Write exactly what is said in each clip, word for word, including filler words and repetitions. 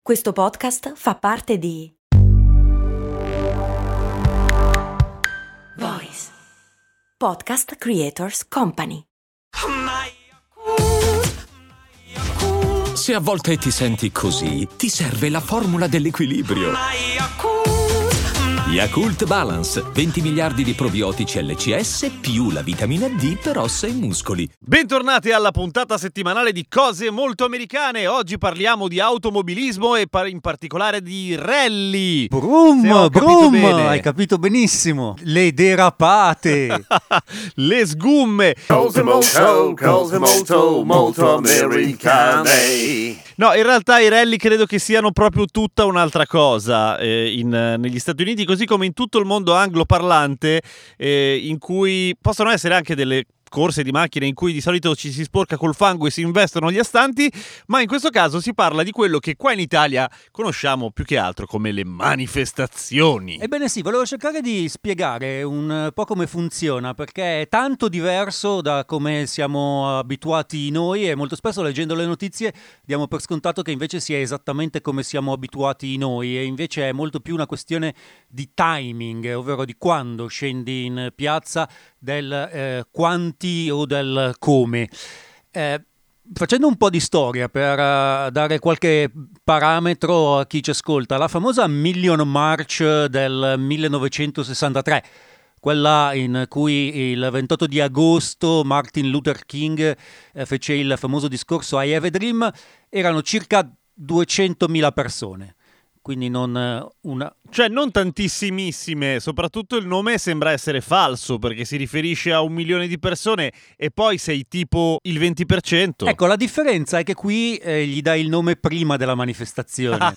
Questo podcast fa parte di Voice Podcast Creators Company. Se a volte ti senti così, ti serve la formula dell'equilibrio. Yakult Balance, venti miliardi di probiotici L C S più la vitamina D per ossa e muscoli. Bentornati alla puntata settimanale di Cose Molto Americane. Oggi parliamo di automobilismo e par- in particolare di rally. Brum, brum, bene. Hai capito benissimo. Le derapate. Le sgumme. Cose molto, cose molto, molto americane. No, in realtà i rally credo che siano proprio tutta un'altra cosa eh, in, negli Stati Uniti, così come in tutto il mondo angloparlante, eh, in cui possono essere anche delle corse di macchine in cui di solito ci si sporca col fango e si investono gli astanti, ma in questo caso si parla di quello che qua in Italia conosciamo più che altro come le manifestazioni. Ebbene sì, volevo cercare di spiegare un po' come funziona, perché è tanto diverso da come siamo abituati noi e molto spesso leggendo le notizie diamo per scontato che invece sia esattamente come siamo abituati noi, e invece è molto più una questione di timing, ovvero di quando scendi in piazza, del eh, quanti o del come. Eh, facendo un po' di storia per uh, dare qualche parametro a chi ci ascolta, la famosa Million March del millenovecentosessantatré, quella in cui il ventotto di agosto Martin Luther King eh, fece il famoso discorso I Have a Dream, erano circa duecentomila persone. Quindi non una... Cioè non tantissimissime, soprattutto il nome sembra essere falso perché si riferisce a un milione di persone e poi sei tipo il venti per cento. Ecco, la differenza è che qui eh, gli dai il nome prima della manifestazione.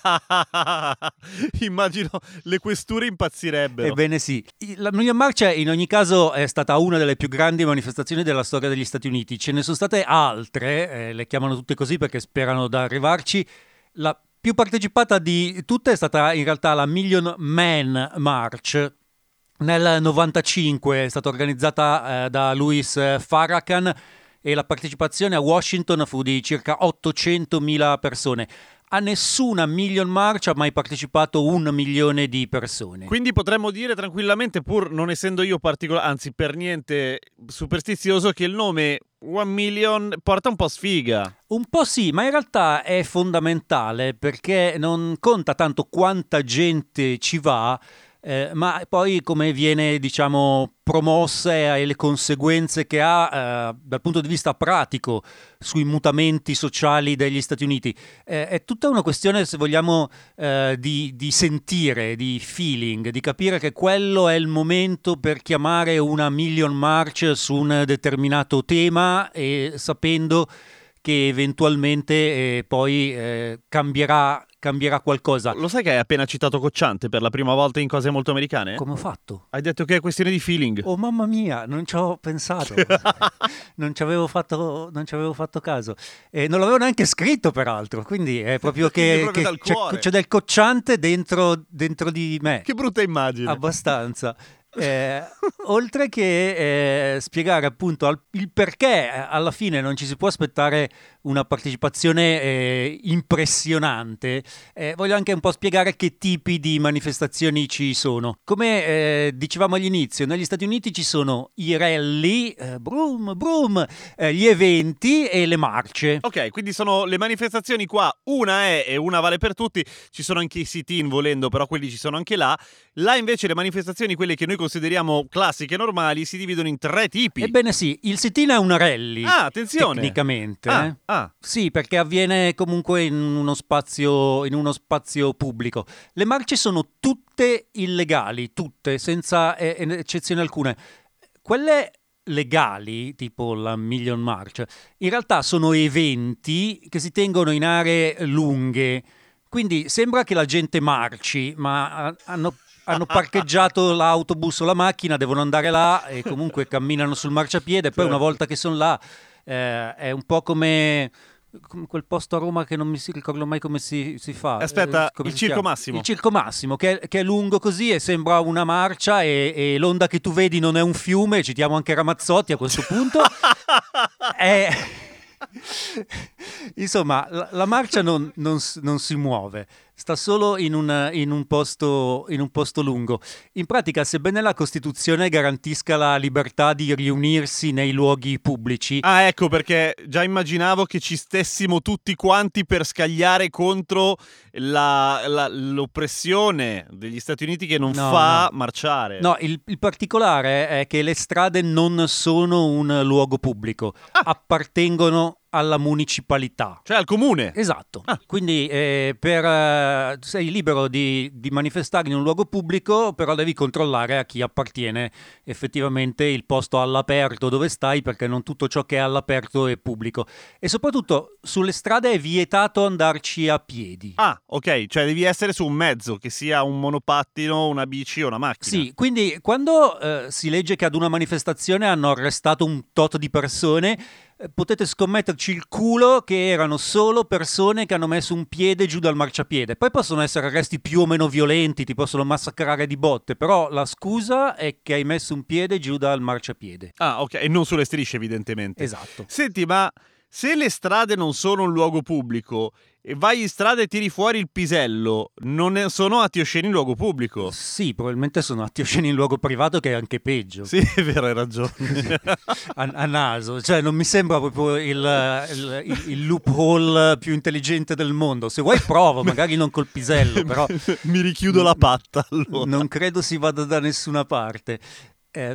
Immagino le questure impazzirebbero. Ebbene sì. La Million March in ogni caso è stata una delle più grandi manifestazioni della storia degli Stati Uniti. Ce ne sono state altre, eh, le chiamano tutte così perché sperano di arrivarci. La più partecipata di tutte è stata in realtà la Million Man March. Nel novantacinque è stata organizzata eh, da Louis Farrakhan e la partecipazione a Washington fu di circa ottocentomila persone. A nessuna Million March ha mai partecipato un milione di persone. Quindi potremmo dire tranquillamente, pur non essendo io particolare, anzi per niente superstizioso, che il nome One Million porta un po' sfiga. Un po' sì, ma in realtà è fondamentale perché non conta tanto quanta gente ci va, eh, ma poi come viene, diciamo, promossa e le conseguenze che ha eh, dal punto di vista pratico sui mutamenti sociali degli Stati Uniti. Eh, è tutta una questione, se vogliamo, eh, di, di sentire, di feeling, di capire che quello è il momento per chiamare una Million March su un determinato tema e sapendo che eventualmente eh, poi eh, cambierà cambierà qualcosa. Lo sai che hai appena citato Cocciante per la prima volta in Cose Molto Americane? Come ho fatto? Hai detto che è questione di feeling. Oh mamma mia, non ci avevo pensato. non ci avevo fatto, non ci avevo fatto caso. E non l'avevo neanche scritto peraltro, quindi è proprio che, proprio che dal c'è, cuore. c'è del Cocciante dentro, dentro di me. Che brutta immagine. Abbastanza. Eh, oltre che eh, spiegare appunto al, il perché alla fine non ci si può aspettare una partecipazione eh, impressionante, eh, voglio anche un po' spiegare che tipi di manifestazioni ci sono. Come eh, dicevamo all'inizio, negli Stati Uniti ci sono i rally, eh, brum brum, eh, gli eventi e le marce. Ok, quindi sono le manifestazioni qua, una è e una vale per tutti, ci sono anche i sit-in volendo, però quelli ci sono anche là. Là invece le manifestazioni, quelle che noi consideriamo classiche e normali, si dividono in tre tipi. Ebbene sì, il sit-in è una rally. Ah, attenzione! Tecnicamente. Ah, eh. ah. Sì, perché avviene comunque in uno spazio, in uno spazio pubblico. Le marce sono tutte illegali, tutte, senza eh, eccezione alcuna. Quelle legali, tipo la Million March, in realtà sono eventi che si tengono in aree lunghe. Quindi sembra che la gente marci, ma hanno hanno parcheggiato l'autobus o la macchina, devono andare là e comunque camminano sul marciapiede. Poi una volta che sono là eh, è un po' come, come quel posto a Roma che non mi si ricordo mai come si, si fa. Aspetta, eh, come il si Circo chiama? Massimo. Il Circo Massimo, che è, che è lungo così e sembra una marcia e, e l'onda che tu vedi non è un fiume, citiamo anche Ramazzotti a questo punto. è... Insomma, la, la marcia non, non s- non si muove, sta solo in un, in un posto, in un posto lungo. In pratica, sebbene la Costituzione garantisca la libertà di riunirsi nei luoghi pubblici, Ah, ecco, perché già immaginavo che ci stessimo tutti quanti per scagliare contro la- la- l'oppressione degli Stati Uniti che non No, fa no. marciare. no, il, il particolare è che le strade non sono un luogo pubblico, Ah. appartengono alla municipalità. Cioè al comune. Esatto, Ah. quindi eh, per, eh, sei libero di, di manifestare in un luogo pubblico, però devi controllare a chi appartiene effettivamente il posto all'aperto dove stai, perché non tutto ciò che è all'aperto è pubblico. E soprattutto sulle strade è vietato andarci a piedi. Ah, ok, cioè devi essere su un mezzo, che sia un monopattino, una bici o una macchina. Sì, quindi quando eh, si legge che ad una manifestazione hanno arrestato un tot di persone, eh, potete scommetterci il culo che erano solo persone che hanno messo un piede giù dal marciapiede. Poi possono essere arresti più o meno violenti, ti possono massacrare di botte, però la scusa è che hai messo un piede giù dal marciapiede. Ah, ok, e non sulle strisce evidentemente. Esatto. Senti, ma se le strade non sono un luogo pubblico e vai in strada e tiri fuori il pisello, non ne- sono atti osceni in luogo pubblico? Sì, probabilmente sono atti osceni in luogo privato, che è anche peggio. Sì, è vero, hai ragione. a, a naso, cioè non mi sembra proprio il, il, il- il loophole più intelligente del mondo. Se vuoi provo, magari non col pisello, però Mi richiudo la patta allora. non credo si vada da nessuna parte. Eh,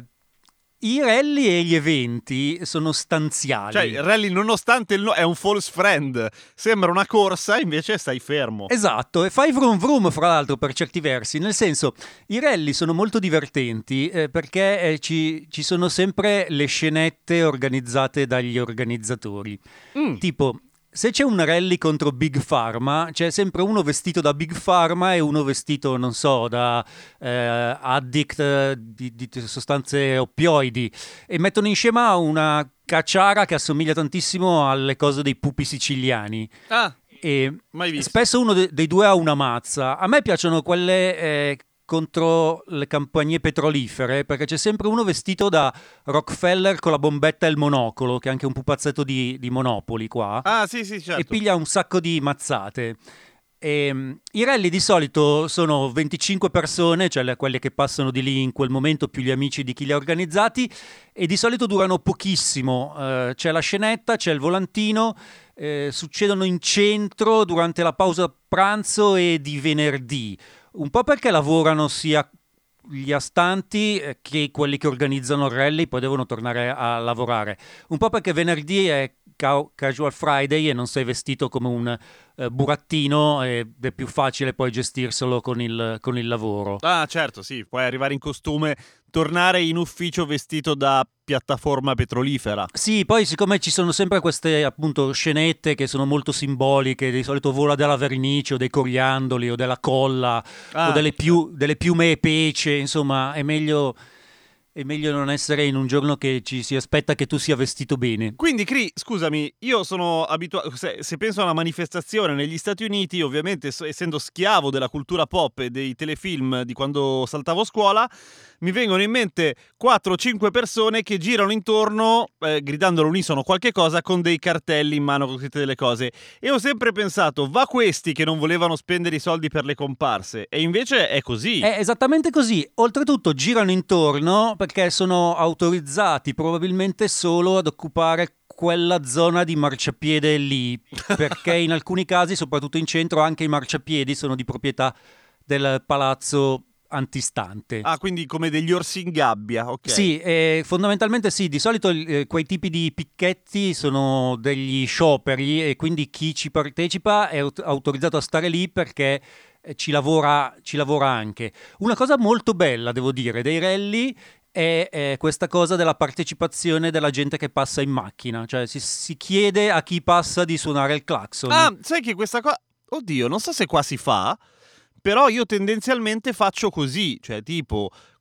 I rally e gli eventi sono stanziali. Cioè, il rally, nonostante il no- è un false friend, sembra una corsa, invece stai fermo. Esatto, e fai vroom vroom fra l'altro per certi versi, nel senso i rally sono molto divertenti eh, perché eh, ci, ci sono sempre le scenette organizzate dagli organizzatori. Mm. Tipo, se c'è un rally contro Big Pharma, c'è sempre uno vestito da Big Pharma e uno vestito, non so, da eh, addict eh, di, di sostanze oppioidi, e mettono in scena una cacciara che assomiglia tantissimo alle cose dei pupi siciliani. Ah, E mai visto. spesso uno de- dei due ha una mazza. A me piacciono quelle eh, contro le compagnie petrolifere, perché c'è sempre uno vestito da Rockefeller con la bombetta e il monocolo, che è anche un pupazzetto di, di Monopoli qua, Ah, sì, sì, certo. e piglia un sacco di mazzate. E, mm, i rally di solito sono venticinque persone, cioè le- quelle che passano di lì in quel momento, più gli amici di chi li ha organizzati, e di solito durano pochissimo. Eh, c'è la scenetta, c'è il volantino, eh, succedono in centro durante la pausa pranzo e di venerdì, un po' perché lavorano sia gli astanti eh, che quelli che organizzano il rally, poi devono tornare a lavorare, un po' perché venerdì è ca- casual Friday e non sei vestito come un eh, burattino ed è più facile poi gestirselo con il, con il lavoro. Ah, certo, sì, puoi arrivare in costume, tornare in ufficio vestito da piattaforma petrolifera. Sì, poi siccome ci sono sempre queste appunto scenette che sono molto simboliche, di solito vola della vernice o dei coriandoli o della colla Ah, o delle, più, delle piume e pece, insomma è meglio, è meglio non essere in un giorno che ci si aspetta che tu sia vestito bene. Quindi, Cri, scusami, io sono abituato. Se, se penso a una manifestazione negli Stati Uniti, ovviamente, so- essendo schiavo della cultura pop e dei telefilm di quando saltavo a scuola, mi vengono in mente quattro o cinque persone che girano intorno, eh, gridando all'unisono qualche cosa con dei cartelli in mano con scritte delle cose. E ho sempre pensato, va questi che non volevano spendere i soldi per le comparse. E invece è così. È esattamente così. Oltretutto girano intorno perché sono autorizzati probabilmente solo ad occupare quella zona di marciapiede lì, perché in alcuni casi, soprattutto in centro, anche i marciapiedi sono di proprietà del palazzo antistante. Ah, quindi come degli orsi in gabbia, ok. Sì, eh, fondamentalmente sì, di solito eh, quei tipi di picchetti sono degli scioperi e quindi chi ci partecipa è aut- autorizzato a stare lì perché eh, ci lavora, ci lavora anche. Una cosa molto bella, devo dire, dei rally è eh, questa cosa della partecipazione della gente che passa in macchina, cioè si, si chiede a chi passa di suonare il clacson. Ah, sai che questa cosa... Oddio, non so se qua si fa, però io tendenzialmente faccio così, cioè tipo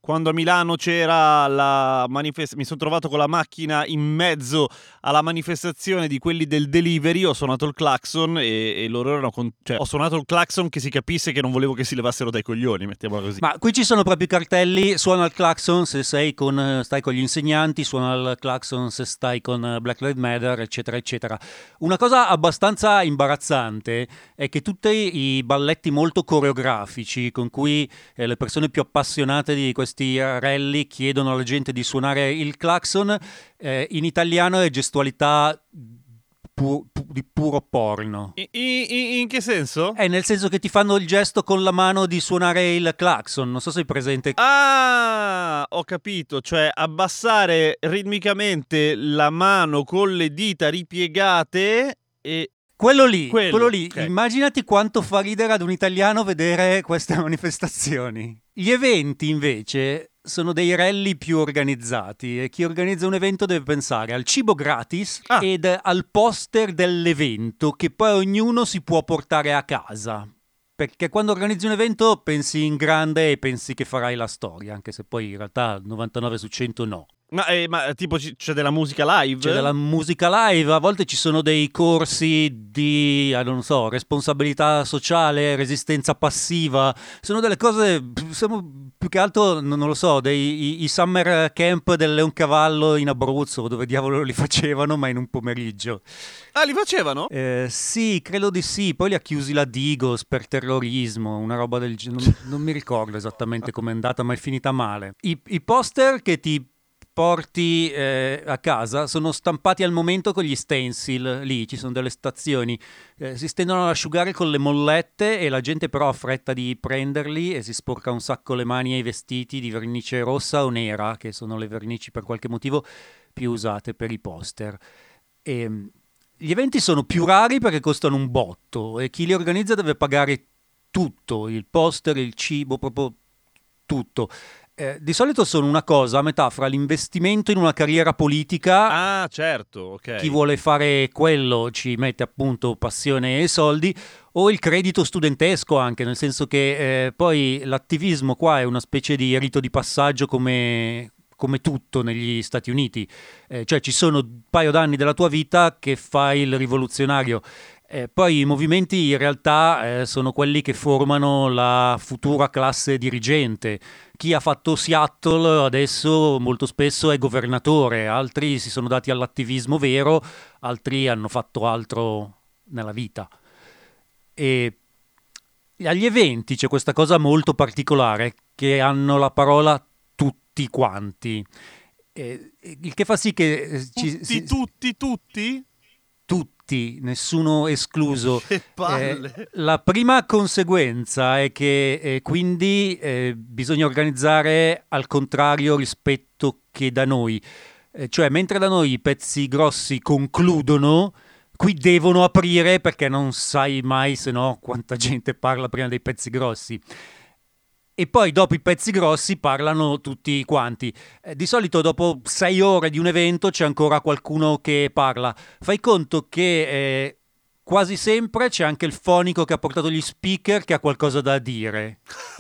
quando a Milano c'era la manifestazione, mi sono trovato con la macchina in mezzo alla manifestazione di quelli del delivery, ho suonato il clacson e, e loro erano con... cioè ho suonato il clacson che si capisse che non volevo che si levassero dai coglioni, mettiamola così. Ma qui ci sono proprio i cartelli: suona il clacson se sei con, stai con gli insegnanti, suona il clacson se stai con Black Lives Matter, eccetera eccetera. Una cosa abbastanza imbarazzante è che tutti i balletti molto coreografici con cui eh, le persone più appassionate di questi rally chiedono alla gente di suonare il clacson, eh, in italiano è gestualità pu- pu- di puro porno. I- i- in che senso? È nel senso che ti fanno il gesto con la mano di suonare il clacson, non so se sei presente. Ah, ho capito, cioè abbassare ritmicamente la mano con le dita ripiegate e... Quello lì, quello, quello lì. Okay. Immaginati quanto fa ridere ad un italiano vedere queste manifestazioni. Gli eventi invece sono dei rally più organizzati e chi organizza un evento deve pensare al cibo gratis Ah. ed al poster dell'evento che poi ognuno si può portare a casa. Perché quando organizzi un evento pensi in grande e pensi che farai la storia, anche se poi in realtà novantanove su cento no. Ma, eh, ma tipo c- c'è della musica live? C'è della musica live, a volte ci sono dei corsi di, eh, non so, responsabilità sociale, resistenza passiva, sono delle cose, siamo più che altro, non, non lo so, dei, i, i summer camp del Leoncavallo in Abruzzo, dove diavolo li facevano, ma in un pomeriggio. Ah, li facevano? Eh, sì, credo di sì, poi li ha chiusi la Digos per terrorismo, una roba del genere, non, non mi ricordo esattamente com'è andata, ma è finita male. I, i poster che ti porti eh, a casa sono stampati al momento con gli stencil, lì ci sono delle stazioni, eh, si stendono ad asciugare con le mollette e la gente però ha fretta di prenderli e si sporca un sacco le mani e i vestiti di vernice rossa o nera, che sono le vernici per qualche motivo più usate per i poster. E gli eventi sono più rari perché costano un botto e chi li organizza deve pagare tutto, il poster, il cibo, proprio tutto. Eh, di solito sono una cosa a metà fra l'investimento in una carriera politica. Ah, certo, ok. Chi vuole fare quello ci mette appunto passione e soldi, o il credito studentesco anche, nel senso che eh, poi l'attivismo qua è una specie di rito di passaggio come, come tutto negli Stati Uniti. Eh, cioè ci sono un paio d'anni della tua vita che fai il rivoluzionario. Eh, poi i movimenti in realtà eh, sono quelli che formano la futura classe dirigente. Chi ha fatto Seattle adesso molto spesso è governatore, altri si sono dati all'attivismo vero, altri hanno fatto altro nella vita. E agli eventi c'è questa cosa molto particolare che hanno la parola tutti quanti, eh, il che fa sì che eh, ci, Tutti, si, tutti, tutti? tutti, nessuno escluso. Che palle. Eh, la prima conseguenza è che eh, quindi eh, bisogna organizzare al contrario rispetto che da noi. Eh, cioè, mentre da noi i pezzi grossi concludono, qui devono aprire perché non sai mai se no quanta gente parla prima dei pezzi grossi. E poi dopo i pezzi grossi parlano tutti quanti. Eh, di solito dopo sei ore di un evento c'è ancora qualcuno che parla. Fai conto che eh, quasi sempre c'è anche il fonico che ha portato gli speaker che ha qualcosa da dire.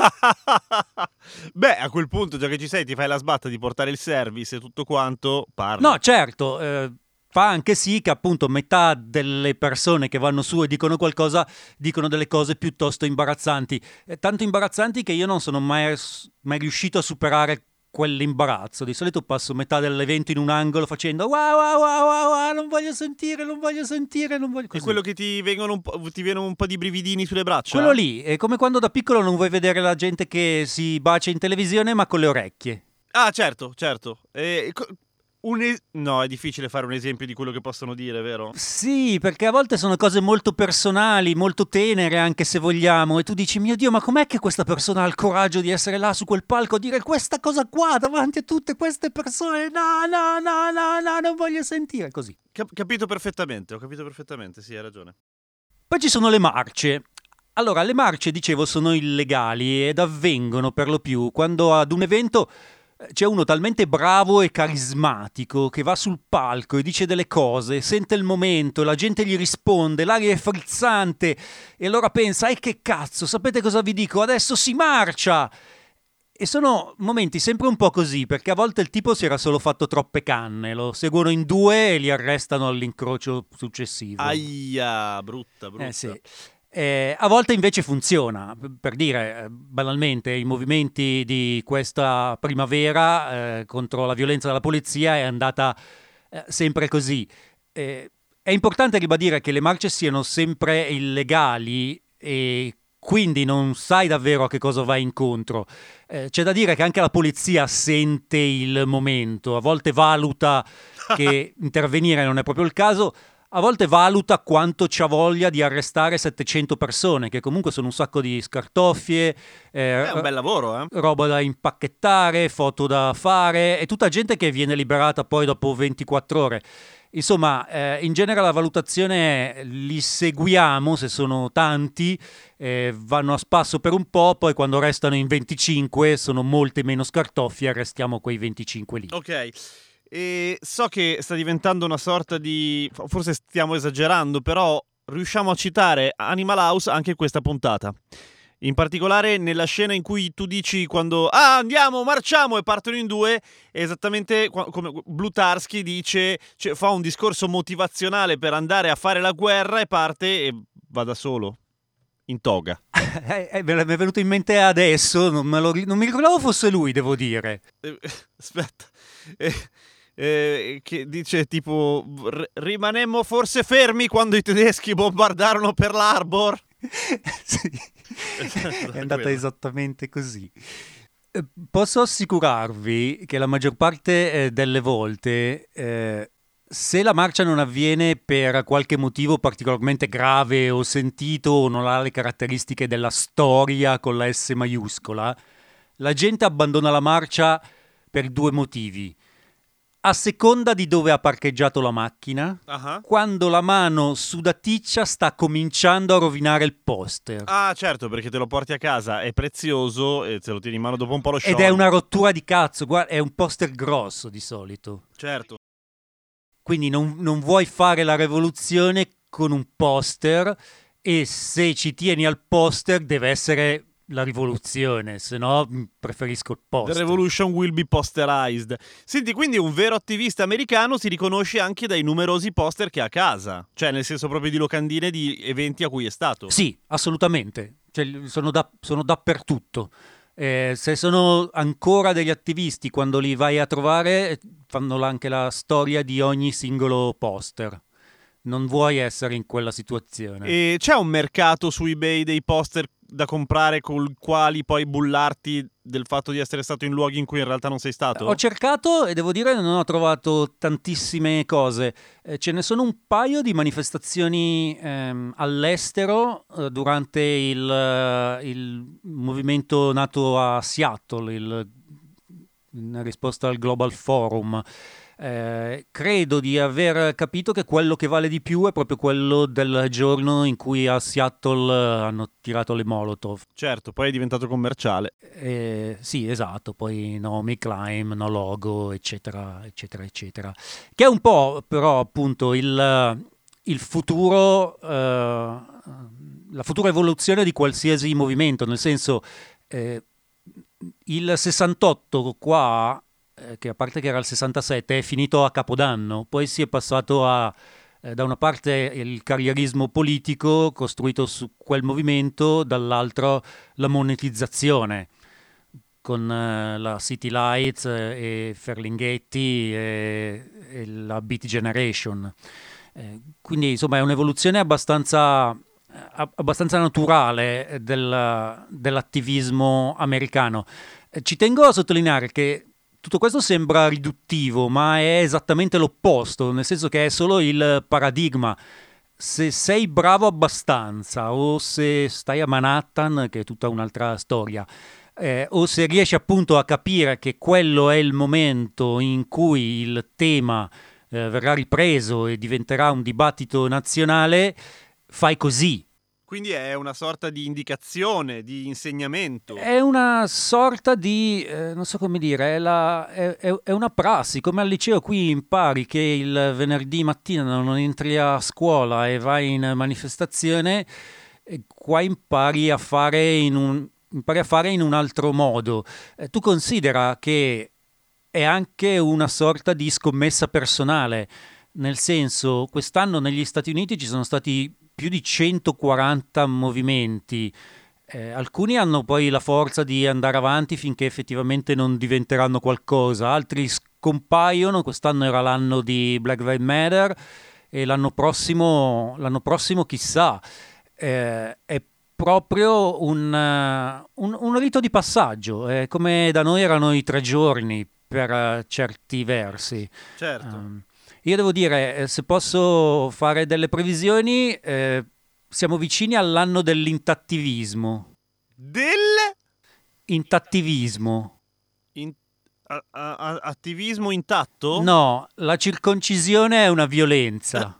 Beh, a quel punto, già che ci sei, ti fai la sbatta di portare il service e tutto quanto, parla. No, certo, eh, fa anche sì che appunto metà delle persone che vanno su e dicono qualcosa dicono delle cose piuttosto imbarazzanti, eh, tanto imbarazzanti che io non sono mai, mai riuscito a superare quell'imbarazzo. Di solito passo metà dell'evento in un angolo facendo wow wow wow wow, wow non voglio sentire, non voglio sentire, non voglio... È Così. quello che ti vengono un po', ti viene un po' di brividini sulle braccia? Quello lì, è come quando da piccolo non vuoi vedere la gente che si bacia in televisione ma con le orecchie. Ah, certo, certo. Eh, co- un es- no, è difficile fare un esempio di quello che possono dire, vero? Sì, perché a volte sono cose molto personali, molto tenere anche se vogliamo, e tu dici mio Dio, ma com'è che questa persona ha il coraggio di essere là su quel palco a dire questa cosa qua davanti a tutte queste persone? No, no, no, no, no, non voglio sentire così. Cap- capito perfettamente, ho capito perfettamente, sì, hai ragione. Poi ci sono le marce. Allora, le marce, dicevo, sono illegali ed avvengono per lo più quando ad un evento c'è uno talmente bravo e carismatico che va sul palco e dice delle cose, sente il momento, la gente gli risponde, l'aria è frizzante e allora pensa, e che cazzo, sapete cosa vi dico? Adesso si marcia! E sono momenti sempre un po' così, perché a volte il tipo si era solo fatto troppe canne, lo seguono in due e li arrestano all'incrocio successivo. Aia, brutta, brutta. Eh sì. Eh, a volte invece funziona, per dire, banalmente, i movimenti di questa primavera eh, contro la violenza della polizia è andata eh, sempre così. Eh, è importante ribadire che le marce siano sempre illegali e quindi non sai davvero a che cosa vai incontro. Eh, c'è da dire che anche la polizia sente il momento, a volte valuta che intervenire non è proprio il caso, a volte valuta quanto c'ha voglia di arrestare settecento persone, che comunque sono un sacco di scartoffie, eh, È un bel lavoro, eh? roba da impacchettare, foto da fare, e tutta gente che viene liberata poi dopo ventiquattro ore. Insomma, eh, in genere la valutazione è li seguiamo se sono tanti, eh, vanno a spasso per un po', poi quando restano in venticinque sono molte meno scartoffie, arrestiamo quei venticinque lì. Ok. E so che sta diventando una sorta di... forse stiamo esagerando, però riusciamo a citare Animal House anche in questa puntata. In particolare nella scena in cui tu dici quando ah andiamo, marciamo e partono in due, è esattamente come Blutarsky dice, cioè, fa un discorso motivazionale per andare a fare la guerra e parte e va da solo, in toga. Eh, eh, me è venuto in mente adesso, non, me lo, non mi ricordavo fosse lui, devo dire. Eh, aspetta, eh, eh, che dice tipo rimanemmo forse fermi quando i tedeschi bombardarono Pearl Harbor. Sì, è andata esattamente così. Eh, posso assicurarvi che la maggior parte eh, delle volte, eh, se la marcia non avviene per qualche motivo particolarmente grave o sentito o non ha le caratteristiche della storia con la S maiuscola, la gente abbandona la marcia per due motivi. A seconda di dove ha parcheggiato la macchina, uh-huh. quando la mano sudaticcia sta cominciando a rovinare il poster. Ah, certo, perché te lo porti a casa, è prezioso e te lo tieni in mano dopo un po' lo sciogli. Ed è una rottura di cazzo, guarda, è un poster grosso di solito. Certo. Quindi non, non vuoi fare la rivoluzione con un poster, e se ci tieni al poster deve essere la rivoluzione, se no preferisco il poster. The revolution will be posterized. Senti, quindi un vero attivista americano si riconosce anche dai numerosi poster che ha a casa, cioè nel senso proprio di locandine di eventi a cui è stato. Sì, assolutamente, cioè, sono, da, sono dappertutto. Eh, se sono ancora degli attivisti, quando li vai a trovare fanno anche la storia di ogni singolo poster. Non vuoi essere in quella situazione. E c'è un mercato su eBay dei poster da comprare con i quali poi bullarti del fatto di essere stato in luoghi in cui in realtà non sei stato? Ho cercato e devo dire non ho trovato tantissime cose. Eh, ce ne sono un paio di manifestazioni ehm, all'estero eh, durante il, eh, il movimento nato a Seattle, il, in risposta al Global Forum. Eh, credo di aver capito che quello che vale di più è proprio quello del giorno in cui a Seattle hanno tirato le Molotov. Certo, poi è diventato commerciale. Eh, sì, esatto, poi no make climb, no logo, eccetera, eccetera, eccetera. Che è un po' però appunto il, il futuro, eh, la futura evoluzione di qualsiasi movimento, nel senso eh, il sessantotto qua, che a parte che era il sessantasette, è finito a Capodanno, poi si è passato a eh, da una parte il carrierismo politico costruito su quel movimento, dall'altro la monetizzazione con eh, la City Lights eh, e Ferlinghetti e, e la Beat Generation. Eh, quindi insomma è un'evoluzione abbastanza abbastanza naturale del, dell'attivismo americano. Eh, ci tengo a sottolineare che tutto questo sembra riduttivo, ma è esattamente l'opposto, nel senso che è solo il paradigma. Se sei bravo abbastanza, o se stai a Manhattan, che è tutta un'altra storia, eh, o se riesci appunto a capire che quello è il momento in cui il tema eh, verrà ripreso e diventerà un dibattito nazionale, fai così. Quindi è una sorta di indicazione, di insegnamento. È una sorta di, eh, non so come dire, è, la, è, è una prassi. Come al liceo qui impari che il venerdì mattina non entri a scuola e vai in manifestazione, e qua impari a fare in un, impari a fare in un altro modo. Eh, tu considera che è anche una sorta di scommessa personale, nel senso, quest'anno negli Stati Uniti ci sono stati più di centoquaranta movimenti. Eh, alcuni hanno poi la forza di andare avanti finché effettivamente non diventeranno qualcosa, altri scompaiono. Quest'anno era l'anno di Black Lives Matter e l'anno prossimo, l'anno prossimo chissà. Eh, è proprio un, uh, un, un rito di passaggio, eh, come da noi erano i tre giorni per uh, certi versi. Certo. Um, io devo dire, eh, se posso fare delle previsioni, eh, siamo vicini all'anno dell'intattivismo. Del? Intattivismo. In... A- a- attivismo intatto? No, la circoncisione è una violenza.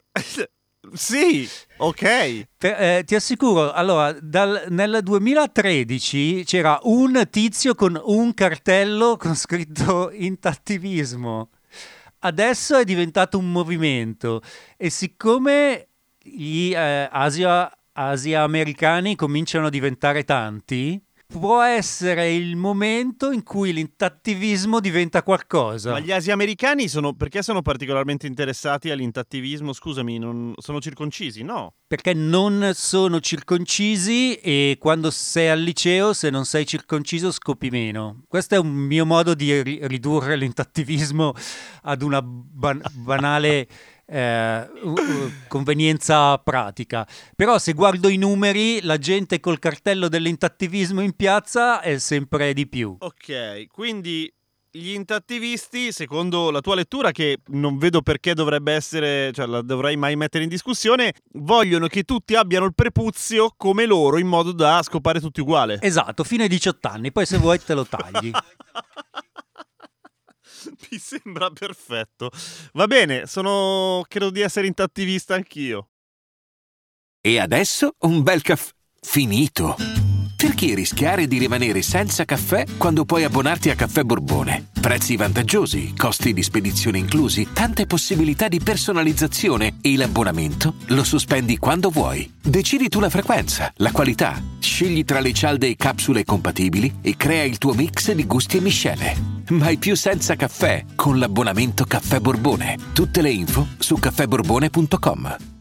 Sì, ok. Per- eh, ti assicuro, allora, dal- nel duemilatredici c'era un tizio con un cartello con scritto intattivismo. Adesso è diventato un movimento e siccome gli eh, Asia, Asia americani cominciano a diventare tanti, può essere il momento in cui l'intattivismo diventa qualcosa. Ma gli asiamericani sono, perché sono particolarmente interessati all'intattivismo? Scusami, non sono circoncisi, no? Perché non sono circoncisi e quando sei al liceo, se non sei circonciso, scopi meno. Questo è un mio modo di ri- ridurre l'intattivismo ad una ban- banale eh, uh, uh, convenienza pratica. Però se guardo i numeri, la gente col cartello dell'intattivismo in piazza è sempre di più. Ok, quindi gli intattivisti, secondo la tua lettura, che non vedo perché dovrebbe essere, cioè la dovrei mai mettere in discussione, vogliono che tutti abbiano il prepuzio come loro in modo da scopare tutti uguale. Esatto, fino ai diciotto anni, poi se vuoi te lo tagli. Mi sembra perfetto. Va bene, sono credo di essere intattivista anch'io. E adesso un bel caffè finito. Perché rischiare di rimanere senza caffè quando puoi abbonarti a Caffè Borbone? Prezzi vantaggiosi, costi di spedizione inclusi, tante possibilità di personalizzazione e l'abbonamento lo sospendi quando vuoi. Decidi tu la frequenza, la qualità, scegli tra le cialde e capsule compatibili e crea il tuo mix di gusti e miscele. Mai più senza caffè con l'abbonamento Caffè Borbone. Tutte le info su caffè borbone punto com.